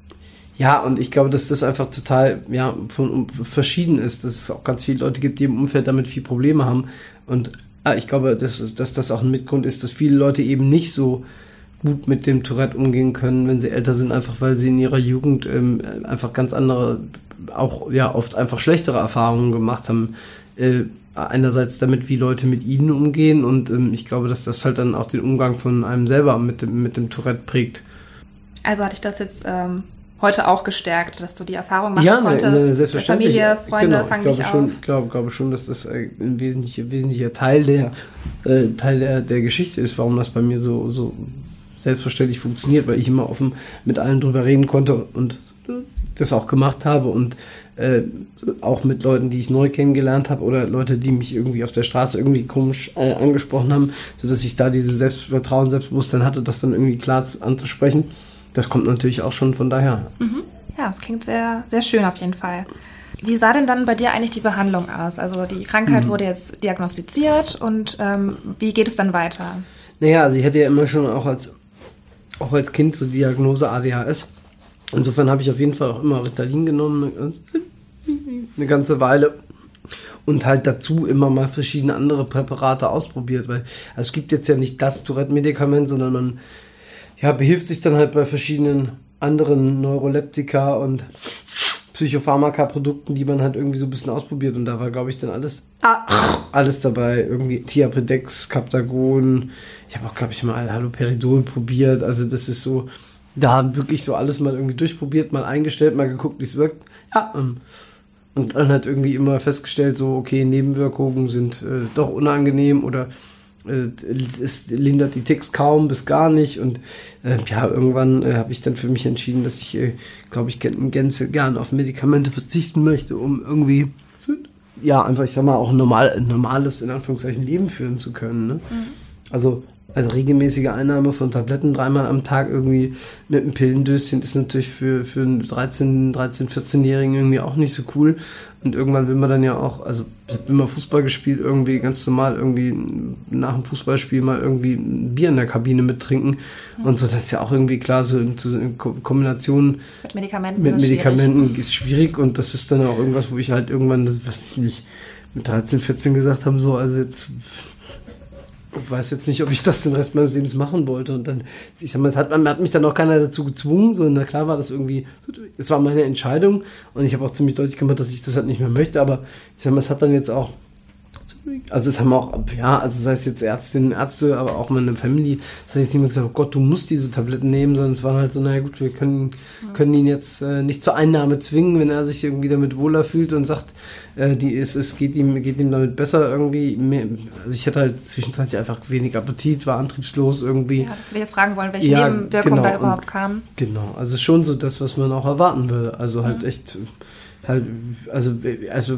Ja, und ich glaube, dass das einfach total, ja, von um, verschieden ist, dass es auch ganz viele Leute gibt, die im Umfeld damit viel Probleme haben. Und ah, ich glaube, dass, dass das auch ein Mitgrund ist, dass viele Leute eben nicht so gut mit dem Tourette umgehen können, wenn sie älter sind, einfach weil sie in ihrer Jugend ähm, einfach ganz andere, auch ja oft einfach schlechtere Erfahrungen gemacht haben. Äh, einerseits damit, wie Leute mit ihnen umgehen und ähm, ich glaube, dass das halt dann auch den Umgang von einem selber mit dem, mit dem Tourette prägt. Also hatte ich das jetzt... Ähm heute auch gestärkt, dass du die Erfahrung machen ja, konntest. Ja, selbstverständlich. Familie, Freunde genau, fangen dich schon, auf. Ich glaube, glaube schon, dass das ein wesentlicher, wesentlicher Teil der äh, Teil der, der Geschichte ist, warum das bei mir so, so selbstverständlich funktioniert, weil ich immer offen mit allen drüber reden konnte und das auch gemacht habe und äh, auch mit Leuten, die ich neu kennengelernt habe oder Leute, die mich irgendwie auf der Straße irgendwie komisch äh, angesprochen haben, sodass ich da dieses Selbstvertrauen, Selbstbewusstsein hatte, das dann irgendwie klar zu, anzusprechen. Das kommt natürlich auch schon von daher. Mhm. Ja, das klingt sehr, sehr schön auf jeden Fall. Wie sah denn dann bei dir eigentlich die Behandlung aus? Also die Krankheit mhm. wurde jetzt diagnostiziert und ähm, wie geht es dann weiter? Naja, also ich hatte ja immer schon auch als, auch als Kind so Diagnose A D H S. Insofern habe ich auf jeden Fall auch immer Ritalin genommen, eine ganze Weile. Und halt dazu immer mal verschiedene andere Präparate ausprobiert. Weil also es gibt jetzt ja nicht das Tourette-Medikament, sondern man ja, behilft sich dann halt bei verschiedenen anderen Neuroleptika und Psychopharmaka-Produkten, die man halt irgendwie so ein bisschen ausprobiert. Und da war, glaube ich, dann alles ah. alles dabei. Irgendwie Thiapredex, Captagon. Ich habe auch, glaube ich, mal Haloperidol probiert. Also das ist so, da haben wirklich so alles mal irgendwie durchprobiert, mal eingestellt, mal geguckt, wie es wirkt. Ja, und, und dann hat irgendwie immer festgestellt, so, okay, Nebenwirkungen sind äh, doch unangenehm oder es lindert die Tics kaum bis gar nicht und äh, ja, irgendwann äh, habe ich dann für mich entschieden, dass ich, äh, glaube ich, in Gänze gern auf Medikamente verzichten möchte, um irgendwie, ja, einfach, ich sag mal, auch ein, normal, ein normales, in Anführungszeichen, Leben führen zu können. Ne? Mhm. Also, Also regelmäßige Einnahme von Tabletten dreimal am Tag irgendwie mit einem Pillendöschen ist natürlich für, für einen dreizehn, dreizehn, vierzehnjährigen irgendwie auch nicht so cool. Und irgendwann will man dann ja auch, also ich habe immer Fußball gespielt, irgendwie ganz normal irgendwie nach dem Fußballspiel mal irgendwie ein Bier in der Kabine mittrinken. Mhm. Und so, das ist ja auch irgendwie klar, so in, in Kombination mit Medikamenten, mit ist, Medikamenten schwierig. ist schwierig. Und das ist dann auch irgendwas, wo ich halt irgendwann, das, was ich nicht mit dreizehn, vierzehn gesagt habe, so, also jetzt... Ich weiß jetzt nicht, ob ich das den Rest meines Lebens machen wollte. Und dann, ich sag mal, es hat, man hat mich dann auch keiner dazu gezwungen, sondern na klar war das irgendwie, es war meine Entscheidung und ich habe auch ziemlich deutlich gemacht, dass ich das halt nicht mehr möchte, aber ich sag mal, es hat dann jetzt auch, also es haben auch, ja, also sei es jetzt Ärztinnen, Ärzte, aber auch meine Family, es hat jetzt niemand gesagt, oh Gott, du musst diese Tabletten nehmen, sondern es war halt so, naja gut, wir können, können ihn jetzt äh, nicht zur Einnahme zwingen, wenn er sich irgendwie damit wohler fühlt und sagt, äh, die ist, es geht ihm, geht ihm damit besser irgendwie. Mehr, also ich hatte halt zwischenzeitlich einfach wenig Appetit, war antriebslos irgendwie. Ja, dass wir jetzt fragen wollen, welche ja, Nebenwirkungen genau, da überhaupt und, kamen. Genau, also schon so das, was man auch erwarten würde. Also halt mhm. echt, halt, also, also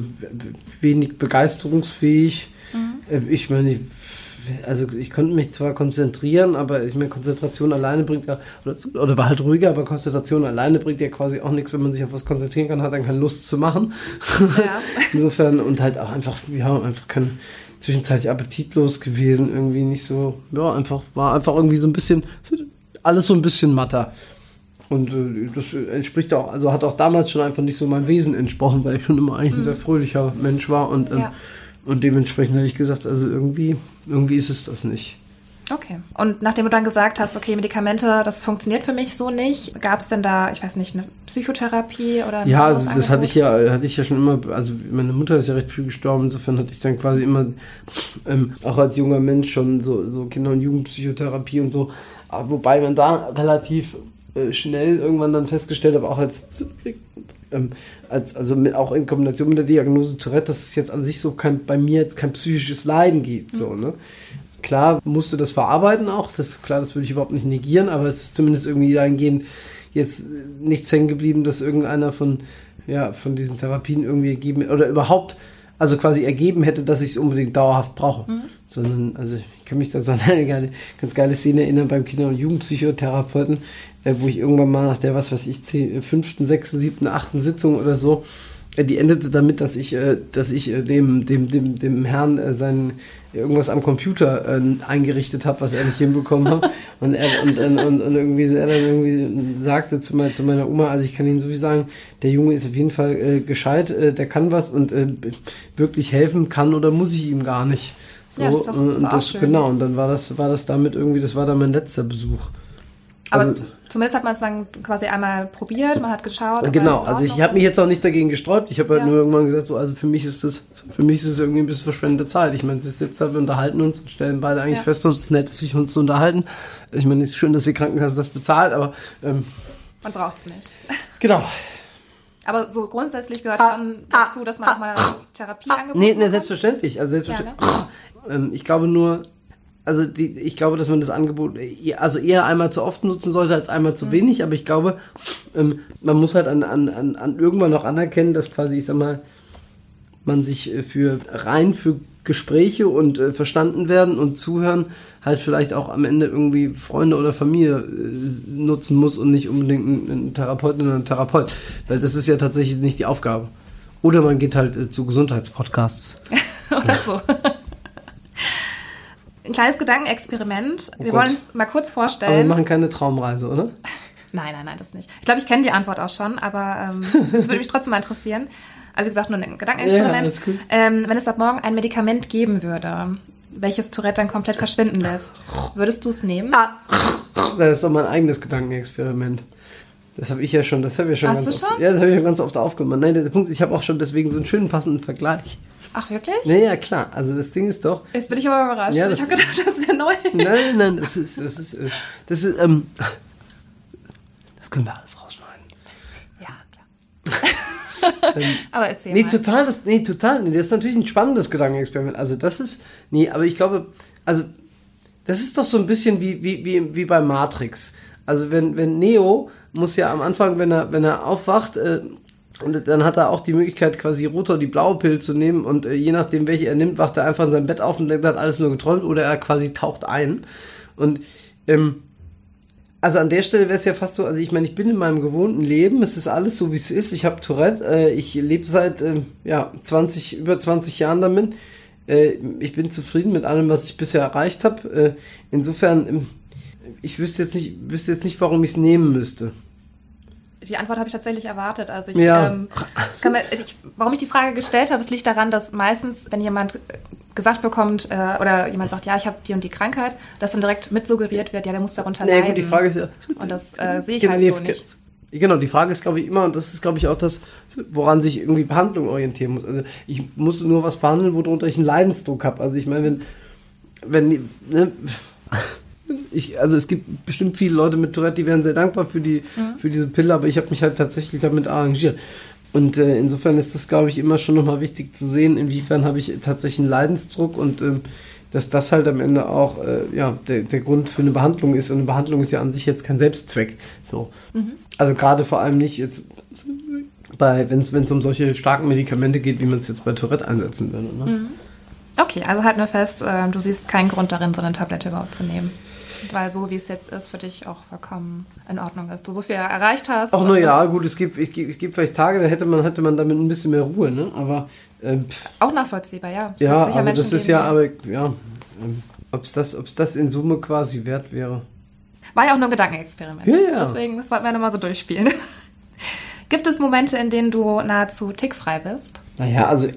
wenig begeisterungsfähig. Mhm. Ich meine, ich, also ich konnte mich zwar konzentrieren, aber ich meine, Konzentration alleine bringt ja, oder, oder war halt ruhiger, aber Konzentration alleine bringt ja quasi auch nichts, wenn man sich auf was konzentrieren kann, hat dann keine Lust zu machen. Ja. Insofern, und halt auch einfach, ja, einfach kein, zwischenzeitlich appetitlos gewesen, irgendwie nicht so, ja, einfach, war einfach irgendwie so ein bisschen, alles so ein bisschen matter. Und äh, das entspricht auch, also hat auch damals schon einfach nicht so mein Wesen entsprochen, weil ich schon immer eigentlich ein sehr fröhlicher Mensch war und ähm, ja. Und dementsprechend habe ich gesagt, also irgendwie, irgendwie ist es das nicht. Okay. Und nachdem du dann gesagt hast, okay, Medikamente, das funktioniert für mich so nicht, gab es denn da, ich weiß nicht, eine Psychotherapie oder ein Ja, also das Angebot? hatte ich ja, hatte ich ja schon immer, also meine Mutter ist ja recht früh gestorben, insofern hatte ich dann quasi immer, ähm, auch als junger Mensch schon so, so Kinder- und Jugendpsychotherapie und so, aber wobei man da relativ äh, schnell irgendwann dann festgestellt habe, auch als Ähm, als, also mit, auch in Kombination mit der Diagnose Tourette, dass es jetzt an sich so kein, bei mir jetzt kein psychisches Leiden gibt. Mhm. So, ne? Klar musste das verarbeiten auch, das, klar, das würde ich überhaupt nicht negieren, aber es ist zumindest irgendwie dahingehend jetzt nichts hängen geblieben, dass irgendeiner von, ja, von diesen Therapien irgendwie ergeben oder überhaupt, also quasi ergeben hätte, dass ich es unbedingt dauerhaft brauche. Mhm. Sondern, also ich kann mich da so an eine geile, ganz geile Szene erinnern beim Kinder- und Jugendpsychotherapeuten, äh, wo ich irgendwann mal nach der, was weiß ich, zehn, fünften, sechsten, siebten, achten Sitzung oder so, äh, die endete damit, dass ich, äh, dass ich äh, dem, dem, dem, dem Herrn äh, sein irgendwas am Computer äh, eingerichtet habe, was er nicht hinbekommen hat. Und er und, und, und, und irgendwie er dann irgendwie sagte zu, mein, zu meiner Oma, also ich kann Ihnen so viel sagen, der Junge ist auf jeden Fall äh, gescheit, äh, der kann was und äh, wirklich helfen kann oder muss ich ihm gar nicht. So, ja, das ist doch, und, ist und das, schön. Genau, und dann war das, war das damit irgendwie, das war dann mein letzter Besuch. Aber also, zumindest hat man es dann quasi einmal probiert, man hat geschaut. Genau, also ich habe mich jetzt auch nicht dagegen gesträubt. Ich habe halt ja. nur irgendwann gesagt, so, also für mich ist das, für mich ist es irgendwie ein bisschen verschwendete Zeit. Ich meine, es ist jetzt, wir unterhalten uns und stellen beide eigentlich ja. fest, dass es nett ist, sich uns zu unterhalten. Ich meine, es ist schön, dass die Krankenkasse das bezahlt, aber ähm, man braucht es nicht. Genau. Aber so grundsätzlich gehört ah, schon dazu, dass man ah, auch mal ah, Therapie ah, angeboten Nee, nee, hat. selbstverständlich. Also selbstverständlich. Ja, ne? ähm, ich glaube nur, also die, ich glaube, dass man das Angebot also eher einmal zu oft nutzen sollte als einmal zu mhm. wenig, aber ich glaube, ähm, man muss halt an, an, an, an irgendwann noch anerkennen, dass quasi, ich sag mal, man sich für rein für Gespräche und äh, verstanden werden und zuhören halt vielleicht auch am Ende irgendwie Freunde oder Familie äh, nutzen muss und nicht unbedingt einen, einen Therapeuten oder einen Therapeut, weil das ist ja tatsächlich nicht die Aufgabe. Oder man geht halt äh, zu Gesundheitspodcasts. Oder so. Ein kleines Gedankenexperiment. Oh wir Gott. wollen uns mal kurz vorstellen. Aber wir machen keine Traumreise, oder? Nein, nein, nein, das nicht. Ich glaube, ich kenne die Antwort auch schon, aber ähm, das würde mich trotzdem mal interessieren. Also wie gesagt, nur ein Gedankenexperiment. Ja, alles gut. Ähm, wenn es ab morgen ein Medikament geben würde, welches Tourette dann komplett verschwinden lässt, würdest du es nehmen? Ah. Das ist doch mein eigenes Gedankenexperiment. Das habe ich ja schon, das habe ich ja schon Hast ganz du oft. schon? Ja, das habe ich schon ganz oft aufgemacht. Nein, der Punkt, ich habe auch schon deswegen so einen schönen passenden Vergleich. Ach, wirklich? Naja, klar. Also das Ding ist doch. Jetzt bin ich aber überrascht. Ja, ich habe gedacht, das wäre neu. Nein, nein, das ist, das ist, das ist, ähm, das können wir alles rausschneiden. Ja, klar. ähm, aber erzähl nee, mal. Total, das, nee, total. Nee, das ist natürlich ein spannendes Gedankenexperiment. Also das ist, nee, aber ich glaube, also das ist doch so ein bisschen wie, wie, wie, wie bei Matrix. Also wenn, wenn Neo muss ja am Anfang, wenn er, wenn er aufwacht, äh, und dann hat er auch die Möglichkeit, quasi rote oder die blaue Pille zu nehmen und äh, je nachdem, welche er nimmt, wacht er einfach in seinem Bett auf und denkt, er hat alles nur geträumt oder er quasi taucht ein. Und ähm, also an der Stelle wäre es ja fast so, also ich meine, ich bin in meinem gewohnten Leben, es ist alles so, wie es ist. Ich habe Tourette, äh, ich lebe seit äh, ja, zwanzig, über zwanzig Jahren damit. Äh, ich bin zufrieden mit allem, was ich bisher erreicht habe. Äh, insofern, äh, ich wüsste jetzt nicht, wüsste jetzt nicht, warum ich es nehmen müsste. Die Antwort habe ich tatsächlich erwartet. Also ich, ja. ähm, kann mir, ich, warum ich die Frage gestellt habe, es liegt daran, dass meistens, wenn jemand gesagt bekommt äh, oder jemand sagt, ja, ich habe die und die Krankheit, dass dann direkt mit suggeriert wird, ja, der muss darunter leiden. Ja, gut, die Frage ist ja, und das äh, sehe ich halt so nicht. Genau, die Frage ist, glaube ich, immer, und das ist, glaube ich, auch das, woran sich irgendwie Behandlung orientieren muss. Also ich muss nur was behandeln, worunter ich einen Leidensdruck habe. Also ich meine, wenn, wenn, ne, ich, also es gibt bestimmt viele Leute mit Tourette, die wären sehr dankbar für die, mhm. für diese Pille, aber ich habe mich halt tatsächlich damit arrangiert. Und äh, insofern ist das, glaube ich, immer schon nochmal wichtig zu sehen, inwiefern habe ich tatsächlich einen Leidensdruck und ähm, dass das halt am Ende auch äh, ja, der, der Grund für eine Behandlung ist. Und eine Behandlung ist ja an sich jetzt kein Selbstzweck. So. Mhm. Also gerade vor allem nicht jetzt bei, wenn es um solche starken Medikamente geht, wie man es jetzt bei Tourette einsetzen würde. Ne? Mhm. Okay, also halt nur fest, äh, du siehst keinen Grund darin, so eine Tablette überhaupt zu nehmen. Weil so, wie es jetzt ist, für dich auch vollkommen in Ordnung ist. Du so viel erreicht hast. Ach, na ja, gut, es gibt, es gibt, es gibt vielleicht Tage, da hätte man, hätte man damit ein bisschen mehr Ruhe, ne? Aber äh, auch nachvollziehbar, ja. Es ja, aber Menschen das ist ja, aber ja, ähm, ob es das, ob's das in Summe quasi wert wäre. War ja auch nur ein Gedankenexperiment. Ja, ja. Deswegen, das wollten wir nochmal so durchspielen. Gibt es Momente, in denen du nahezu tickfrei bist? Naja, also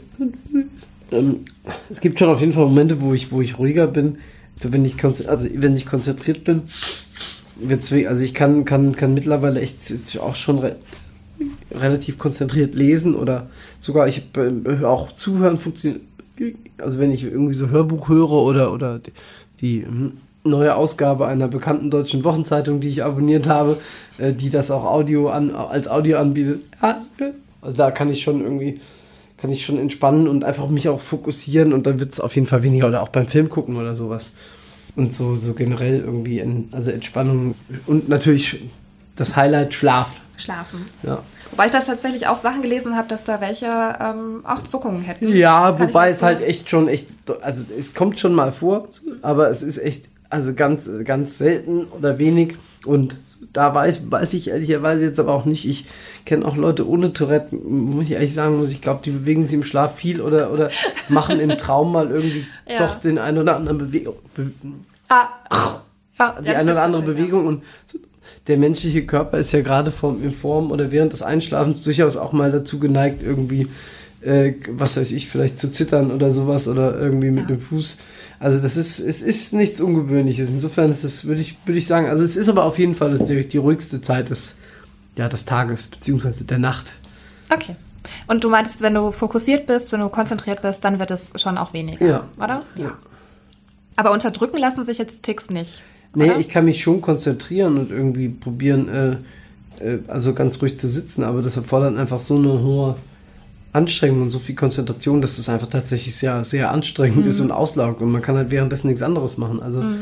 ähm, es gibt schon auf jeden Fall Momente, wo ich, wo ich ruhiger bin. Also wenn ich, also wenn ich konzentriert bin, wird's, also ich kann, kann, kann mittlerweile echt auch schon re- relativ konzentriert lesen oder sogar, ich habe äh, auch zuhören funktioniert, also wenn ich irgendwie so Hörbuch höre oder, oder die, die neue Ausgabe einer bekannten deutschen Wochenzeitung, die ich abonniert habe, äh, die das auch Audio an, als Audio anbietet, ja, also da kann ich schon irgendwie kann ich schon entspannen und einfach mich auch fokussieren und dann wird es auf jeden Fall weniger oder auch beim Film gucken oder sowas. Und so, so generell irgendwie, in, also Entspannung und natürlich das Highlight Schlaf. Schlafen. Ja. Wobei ich da tatsächlich auch Sachen gelesen habe, dass da welche ähm, auch Zuckungen hätten. Ja, kann wobei es halt echt schon echt, also es kommt schon mal vor, aber es ist echt, also ganz, ganz selten oder wenig und da weiß, weiß ich ehrlicherweise jetzt aber auch nicht. Ich kenne auch Leute ohne Tourette, muss ich ehrlich sagen, muss ich glaube, die bewegen sich im Schlaf viel oder, oder machen im Traum mal irgendwie ja. doch den ein oder anderen Bewegung. Be- ah, ja, die ja, eine oder andere Bewegung. Ja. Und der menschliche Körper ist ja gerade vom, in Form oder während des Einschlafens durchaus auch mal dazu geneigt, irgendwie, äh, was weiß ich, vielleicht zu zittern oder sowas oder irgendwie mit ja. dem Fuß. Also das ist, es ist nichts Ungewöhnliches. Insofern ist es, würde ich, würde ich sagen, also es ist aber auf jeden Fall die, die ruhigste Zeit des, ja, des Tages, beziehungsweise der Nacht. Okay. Und du meintest, wenn du fokussiert bist, wenn du konzentriert bist, dann wird es schon auch weniger, ja. oder? Ja. ja. Aber unterdrücken lassen sich jetzt Ticks nicht, Nee, oder? Ich kann mich schon konzentrieren und irgendwie probieren, äh, äh, also ganz ruhig zu sitzen, aber das erfordert einfach so eine hohe Anstrengung und so viel Konzentration, dass das einfach tatsächlich sehr, sehr anstrengend mhm. ist und auslaugt und man kann halt währenddessen nichts anderes machen. Also mhm.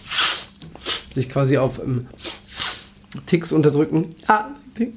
sich quasi auf ähm, Ticks unterdrücken, ja,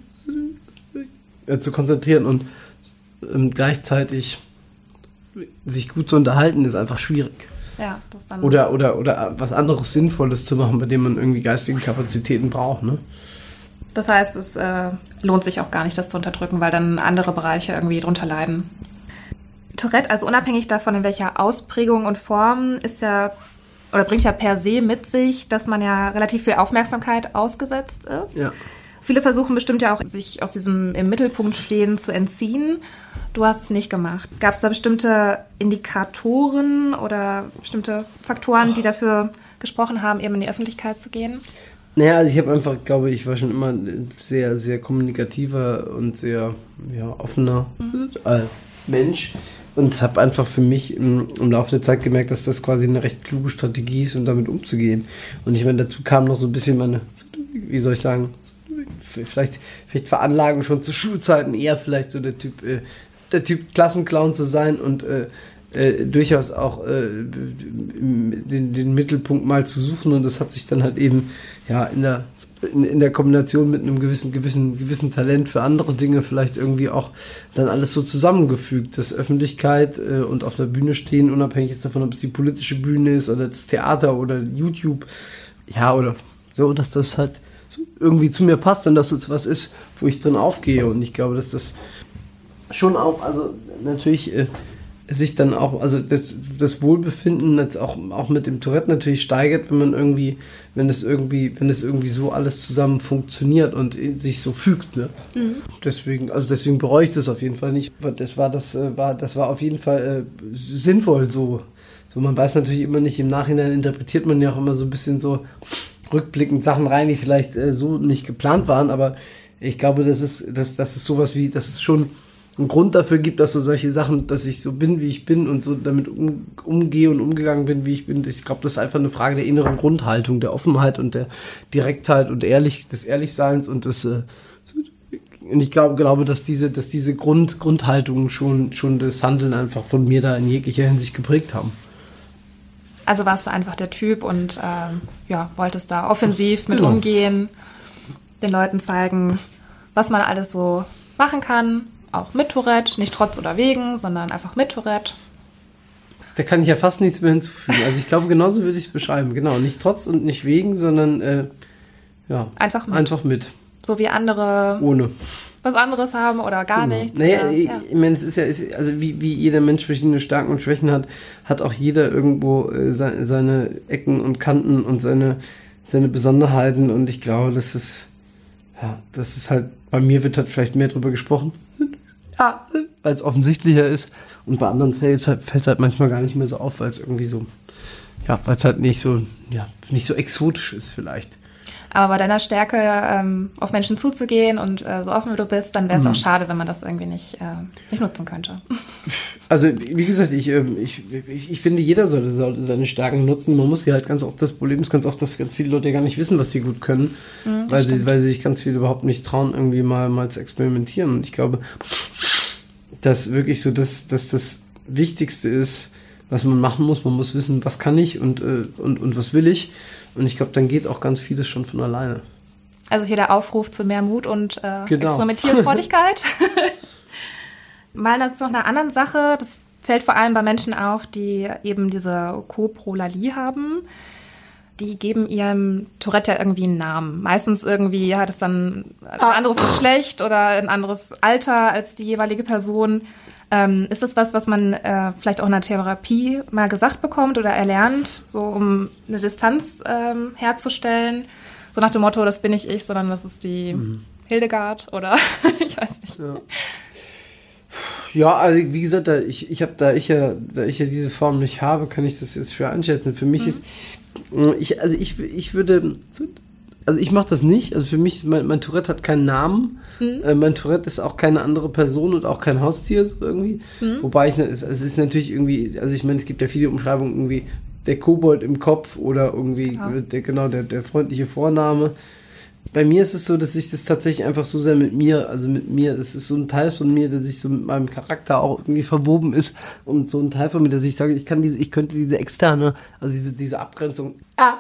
äh, zu konzentrieren und ähm, gleichzeitig sich gut zu unterhalten, ist einfach schwierig. Ja, das dann oder, oder, oder was anderes Sinnvolles zu machen, bei dem man irgendwie geistige Kapazitäten braucht, ne? Das heißt, es äh, lohnt sich auch gar nicht, das zu unterdrücken, weil dann andere Bereiche irgendwie drunter leiden. Tourette, also unabhängig davon, in welcher Ausprägung und Form, ist ja oder bringt ja per se mit sich, dass man ja relativ viel Aufmerksamkeit ausgesetzt ist. Ja. Viele versuchen bestimmt ja auch, sich aus diesem im Mittelpunkt stehen zu entziehen. Du hast es nicht gemacht. Gab es da bestimmte Indikatoren oder bestimmte Faktoren, die dafür gesprochen haben, eben in die Öffentlichkeit zu gehen? Naja, also ich habe einfach, glaube ich, war schon immer ein sehr, sehr kommunikativer und sehr ja, offener mhm. äh, Mensch und habe einfach für mich im, im Laufe der Zeit gemerkt, dass das quasi eine recht kluge Strategie ist, um damit umzugehen. Und ich meine, dazu kam noch so ein bisschen meine, wie soll ich sagen, vielleicht, vielleicht Veranlagung schon zu Schulzeiten, eher vielleicht so der Typ, äh, der Typ Klassenclown zu sein und äh, äh, durchaus auch äh, den, den Mittelpunkt mal zu suchen und das hat sich dann halt eben ja in der in, in der Kombination mit einem gewissen gewissen gewissen Talent für andere Dinge vielleicht irgendwie auch dann alles so zusammengefügt, dass Öffentlichkeit äh, und auf der Bühne stehen, unabhängig jetzt davon, ob es die politische Bühne ist oder das Theater oder YouTube, ja oder so, dass das halt irgendwie zu mir passt und dass es was ist, wo ich drin aufgehe und ich glaube, dass das schon auch, also natürlich äh, sich dann auch, also das, das Wohlbefinden jetzt auch, auch mit dem Tourette natürlich steigert, wenn man irgendwie, wenn es irgendwie, wenn es irgendwie so alles zusammen funktioniert und sich so fügt, ne? Mhm. Deswegen, also deswegen bereue ich das auf jeden Fall nicht. Das war, das war, das war auf jeden Fall äh, sinnvoll so. So, man weiß natürlich immer nicht, im Nachhinein interpretiert man ja auch immer so ein bisschen so rückblickend Sachen rein, die vielleicht äh, so nicht geplant waren, aber ich glaube, das ist, das, das ist sowas wie, das ist schon einen Grund dafür gibt, dass so solche Sachen, dass ich so bin, wie ich bin und so damit um, umgehe und umgegangen bin, wie ich bin. Ich glaube, das ist einfach eine Frage der inneren Grundhaltung, der Offenheit und der Direktheit und ehrlich, des Ehrlichseins und des äh, und ich glaube, glaube, dass diese, dass diese Grund, Grundhaltungen schon, schon das Handeln einfach von mir da in jeglicher Hinsicht geprägt haben. Also warst du einfach der Typ und ähm, ja, wolltest da offensiv mit genau. umgehen, den Leuten zeigen, was man alles so machen kann. Auch mit Tourette, nicht trotz oder wegen, sondern einfach mit Tourette. Da kann ich ja fast nichts mehr hinzufügen. Also ich glaube, genauso würde ich es beschreiben. Genau, nicht trotz und nicht wegen, sondern äh, ja, einfach mit. einfach mit. So wie andere ohne was anderes haben oder gar genau. nichts. Naja, oder, ich, ja. ich meine, es ist ja, ist, also wie, wie jeder Mensch verschiedene Stärken und Schwächen hat, hat auch jeder irgendwo äh, seine, seine Ecken und Kanten und seine, seine Besonderheiten und ich glaube, das ist, ja, das ist halt, bei mir wird halt vielleicht mehr drüber gesprochen. Ja, weil es offensichtlicher ist. Und bei anderen fällt es halt, fällt's halt manchmal gar nicht mehr so auf, weil es irgendwie so, ja, weil es halt nicht so, ja, nicht so exotisch ist vielleicht. Aber bei deiner Stärke, ähm, auf Menschen zuzugehen und äh, so offen wie du bist, dann wäre es mhm. auch schade, wenn man das irgendwie nicht, äh, nicht nutzen könnte. Also, wie gesagt, ich, äh, ich, ich, ich finde, jeder sollte, sollte seine Stärken nutzen. Man muss sie halt ganz oft, das Problem ist ganz oft, dass ganz viele Leute gar nicht wissen, was sie gut können, mhm, weil, sie, weil sie sich ganz viel überhaupt nicht trauen, irgendwie mal, mal zu experimentieren. Und ich glaube, dass wirklich so das, dass das Wichtigste ist, was man machen muss. Man muss wissen, was kann ich und, äh, und, und was will ich. Und ich glaube, dann geht auch ganz vieles schon von alleine. Also hier der Aufruf zu mehr Mut und äh, genau. Experimentierfreudigkeit. Mal zu noch einer anderen Sache. Das fällt vor allem bei Menschen auf, die eben diese Coprolalie haben. Die geben ihrem Tourette ja irgendwie einen Namen. Meistens irgendwie hat es dann ein anderes Geschlecht oder ein anderes Alter als die jeweilige Person. Ähm, ist das was, was man äh, vielleicht auch in der Therapie mal gesagt bekommt oder erlernt, so um eine Distanz ähm, herzustellen? So nach dem Motto, das bin nicht ich, sondern das ist die mhm. Hildegard oder ich weiß nicht. Ja. Ja, also wie gesagt, da ich, ich habe da ich ja, da ich ja diese Form nicht habe, kann ich das jetzt schwer einschätzen. Für mich mhm. ist ich, also ich, ich würde, also ich mache das nicht. Also für mich ist mein, mein Tourette hat keinen Namen. Mhm. Äh, mein Tourette ist auch keine andere Person und auch kein Haustier so irgendwie. Mhm. Wobei ich, es, es ist natürlich irgendwie, also ich meine, es gibt ja viele Umschreibungen irgendwie der Kobold im Kopf oder irgendwie ja. der, genau der, der freundliche Vorname. Bei mir ist es so, dass ich das tatsächlich einfach so sehr mit mir, also mit mir, es ist so ein Teil von mir, der sich so mit meinem Charakter auch irgendwie verwoben ist und so ein Teil von mir, dass ich sage, ich kann diese, ich könnte diese externe, also diese, diese Abgrenzung, ah,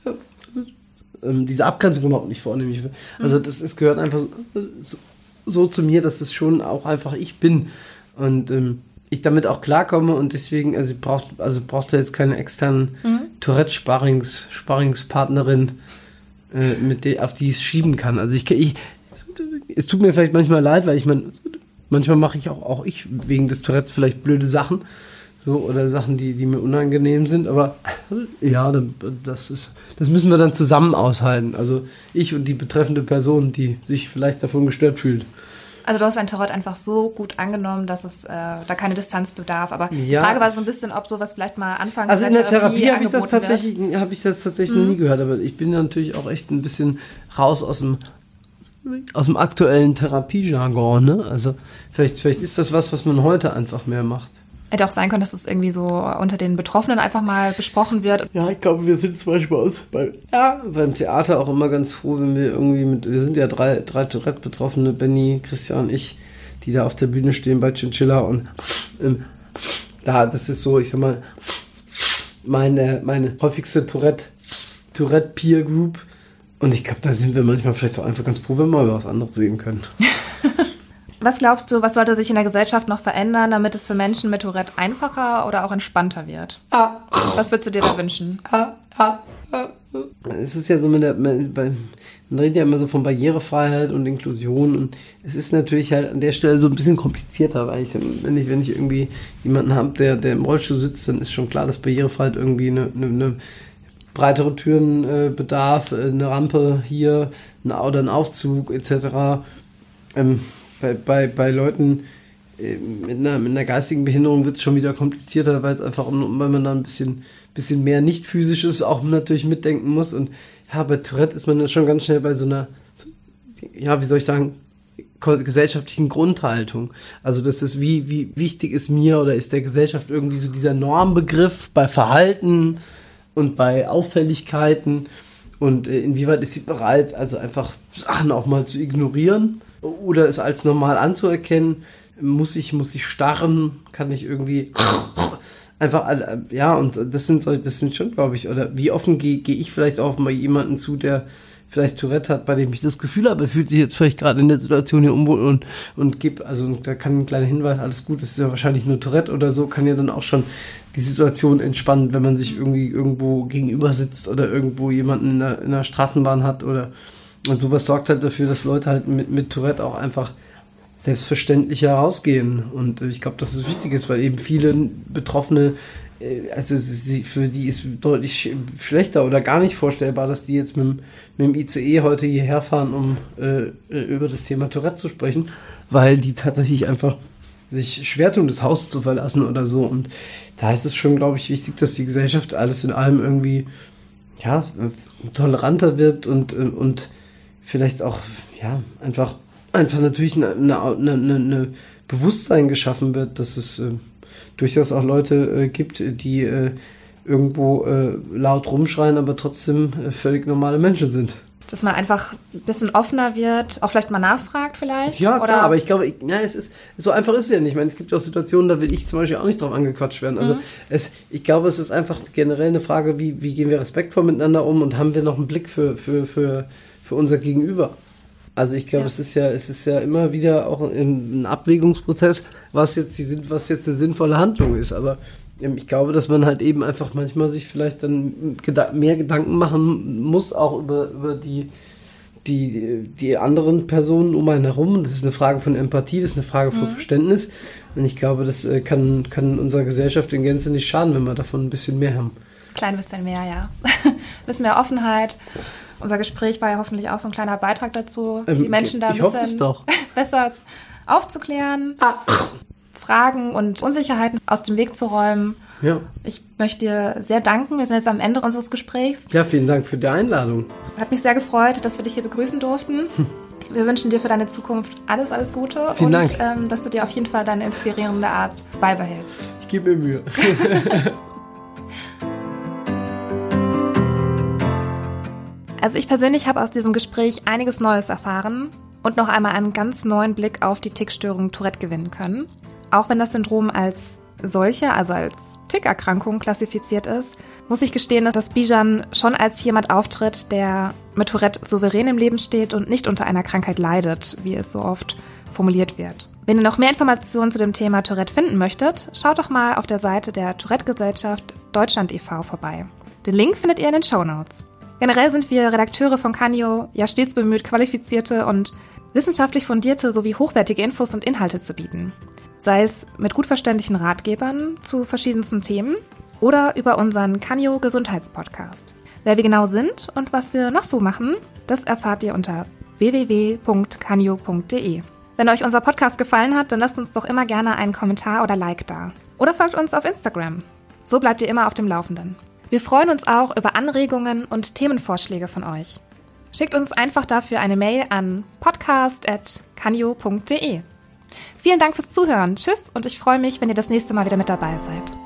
ähm, diese Abgrenzung überhaupt nicht vornehmen. Also das ist, gehört einfach so, so, so zu mir, dass das schon auch einfach ich bin und ähm, ich damit auch klarkomme und deswegen, also braucht, also brauchst du jetzt keine externen mhm. Tourette-Sparrings, Sparringspartnerin, mit der, auf die ich es schieben kann. Also ich, ich es tut mir vielleicht manchmal leid, weil ich meine, manchmal mache ich auch, auch ich wegen des Tourettes vielleicht blöde Sachen, so, oder Sachen, die, die mir unangenehm sind, aber ja, das ist, das müssen wir dann zusammen aushalten. Also ich und die betreffende Person, die sich vielleicht davon gestört fühlt. Also du hast dein Tourette einfach so gut angenommen, dass es äh, da keine Distanz bedarf. Aber ja. Die Frage war so ein bisschen, ob sowas vielleicht mal anfangs also in der Therapie, Therapie habe ich das tatsächlich, habe ich das tatsächlich mhm. noch nie gehört. Aber ich bin natürlich auch echt ein bisschen raus aus dem aus dem aktuellen Therapiejargon. Ne? Also vielleicht vielleicht ist das was, was man heute einfach mehr macht. Hätte auch sein können, dass es irgendwie so unter den Betroffenen einfach mal besprochen wird. Ja, ich glaube, wir sind zum Beispiel aus bei, ja, beim Theater auch immer ganz froh, wenn wir irgendwie mit, wir sind ja drei, drei Tourette-Betroffene, Benny, Christian, ich, die da auf der Bühne stehen bei Chinchilla und ähm, da, das ist so, ich sag mal, meine, meine häufigste Tourette, Tourette Peer Group. Und ich glaube, da sind wir manchmal vielleicht auch einfach ganz froh, wenn wir mal was anderes sehen können. Was glaubst du, was sollte sich in der Gesellschaft noch verändern, damit es für Menschen mit Tourette einfacher oder auch entspannter wird? Ah. Was würdest du dir da wünschen? Ah, ah, ah. Es ist ja so, mit der, man redet ja immer so von Barrierefreiheit und Inklusion und es ist natürlich halt an der Stelle so ein bisschen komplizierter, weil ich, wenn ich, wenn ich irgendwie jemanden habe, der, der im Rollstuhl sitzt, dann ist schon klar, dass Barrierefreiheit irgendwie eine, eine, eine breitere Türen äh, bedarf, eine Rampe hier, ein, oder ein Aufzug et cetera. Ähm, bei, bei, bei Leuten äh, mit, einer, mit einer geistigen Behinderung wird es schon wieder komplizierter, weil es einfach, weil man da ein bisschen, bisschen mehr nicht physisches auch natürlich mitdenken muss. Und ja, bei Tourette ist man dann schon ganz schnell bei so einer, so, ja, wie soll ich sagen, gesellschaftlichen Grundhaltung. Also das ist, wie, wie wichtig ist mir oder ist der Gesellschaft irgendwie so dieser Normbegriff bei Verhalten und bei Auffälligkeiten und äh, inwieweit ist sie bereit, also einfach Sachen auch mal zu ignorieren oder es als normal anzuerkennen. Muss ich, muss ich starren, kann ich irgendwie einfach, ja, und das sind, das sind schon, glaube ich, oder wie offen gehe geh ich vielleicht auch mal jemanden zu, der vielleicht Tourette hat, bei dem ich das Gefühl habe, er fühlt sich jetzt vielleicht gerade in der Situation hier unwohl und, und gibt, also da kann ein kleiner Hinweis, alles gut, das ist ja wahrscheinlich nur Tourette oder so, kann ja dann auch schon die Situation entspannen, wenn man sich irgendwie irgendwo gegenüber sitzt oder irgendwo jemanden in der, in der Straßenbahn hat oder, und sowas sorgt halt dafür, dass Leute halt mit, mit Tourette auch einfach selbstverständlicher rausgehen und ich glaube, dass es wichtig ist, weil eben viele Betroffene, also sie, für die ist deutlich schlechter oder gar nicht vorstellbar, dass die jetzt mit, mit dem I C E heute hierher fahren, um äh, über das Thema Tourette zu sprechen, weil die tatsächlich einfach sich schwer tun, das Haus zu verlassen oder so. Und da ist es schon, glaube ich, wichtig, dass die Gesellschaft alles in allem irgendwie ja toleranter wird und, und vielleicht auch ja einfach einfach natürlich eine, eine, eine, eine Bewusstsein geschaffen wird, dass es äh, durchaus auch Leute äh, gibt, die äh, irgendwo äh, laut rumschreien, aber trotzdem äh, völlig normale Menschen sind. Dass man einfach ein bisschen offener wird, auch vielleicht mal nachfragt vielleicht? Ja, klar, oder? Aber ich glaube, ich, ja, es ist, so einfach ist es ja nicht. Ich meine, es gibt auch Situationen, da will ich zum Beispiel auch nicht drauf angequatscht werden. Also mhm. es, ich glaube, es ist einfach generell eine Frage, wie, wie gehen wir respektvoll miteinander um und haben wir noch einen Blick für, für, für, für unser Gegenüber? Also ich glaube, ja. es ist ja, es ist ja immer wieder auch ein, ein Abwägungsprozess, was jetzt die was jetzt eine sinnvolle Handlung ist. Aber ich glaube, dass man halt eben einfach manchmal sich vielleicht dann mehr Gedanken machen muss, auch über, über die, die, die anderen Personen um einen herum. Das ist eine Frage von Empathie, das ist eine Frage von mhm. Verständnis. Und ich glaube, das kann, kann unserer Gesellschaft in Gänze nicht schaden, wenn wir davon ein bisschen mehr haben. Klein bisschen mehr, ja. Ein bisschen mehr Offenheit. Unser Gespräch war ja hoffentlich auch so ein kleiner Beitrag dazu, ähm, die Menschen da ein bisschen besser aufzuklären, ah. Fragen und Unsicherheiten aus dem Weg zu räumen. Ja. Ich möchte dir sehr danken. Wir sind jetzt am Ende unseres Gesprächs. Ja, vielen Dank für die Einladung. Hat mich sehr gefreut, dass wir dich hier begrüßen durften. Hm. Wir wünschen dir für deine Zukunft alles, alles Gute. Vielen und Dank. Ähm, dass du dir auf jeden Fall deine inspirierende Art beibehältst. Ich gebe mir Mühe. Also ich persönlich habe aus diesem Gespräch einiges Neues erfahren und noch einmal einen ganz neuen Blick auf die Tickstörung Tourette gewinnen können. Auch wenn das Syndrom als solche, also als Tickerkrankung klassifiziert ist, muss ich gestehen, dass Bijan schon als jemand auftritt, der mit Tourette souverän im Leben steht und nicht unter einer Krankheit leidet, wie es so oft formuliert wird. Wenn ihr noch mehr Informationen zu dem Thema Tourette finden möchtet, schaut doch mal auf der Seite der Tourette-Gesellschaft Deutschland e V vorbei. Den Link findet ihr in den Shownotes. Generell sind wir Redakteure von Kanyo ja stets bemüht, qualifizierte und wissenschaftlich fundierte sowie hochwertige Infos und Inhalte zu bieten. Sei es mit gut verständlichen Ratgebern zu verschiedensten Themen oder über unseren Kanyo Gesundheitspodcast. Wer wir genau sind und was wir noch so machen, das erfahrt ihr unter w w w punkt kanyo punkt d e. Wenn euch unser Podcast gefallen hat, dann lasst uns doch immer gerne einen Kommentar oder Like da. Oder folgt uns auf Instagram. So bleibt ihr immer auf dem Laufenden. Wir freuen uns auch über Anregungen und Themenvorschläge von euch. Schickt uns einfach dafür eine Mail an podcast at kanyo punkt d e. Vielen Dank fürs Zuhören. Tschüss und ich freue mich, wenn ihr das nächste Mal wieder mit dabei seid.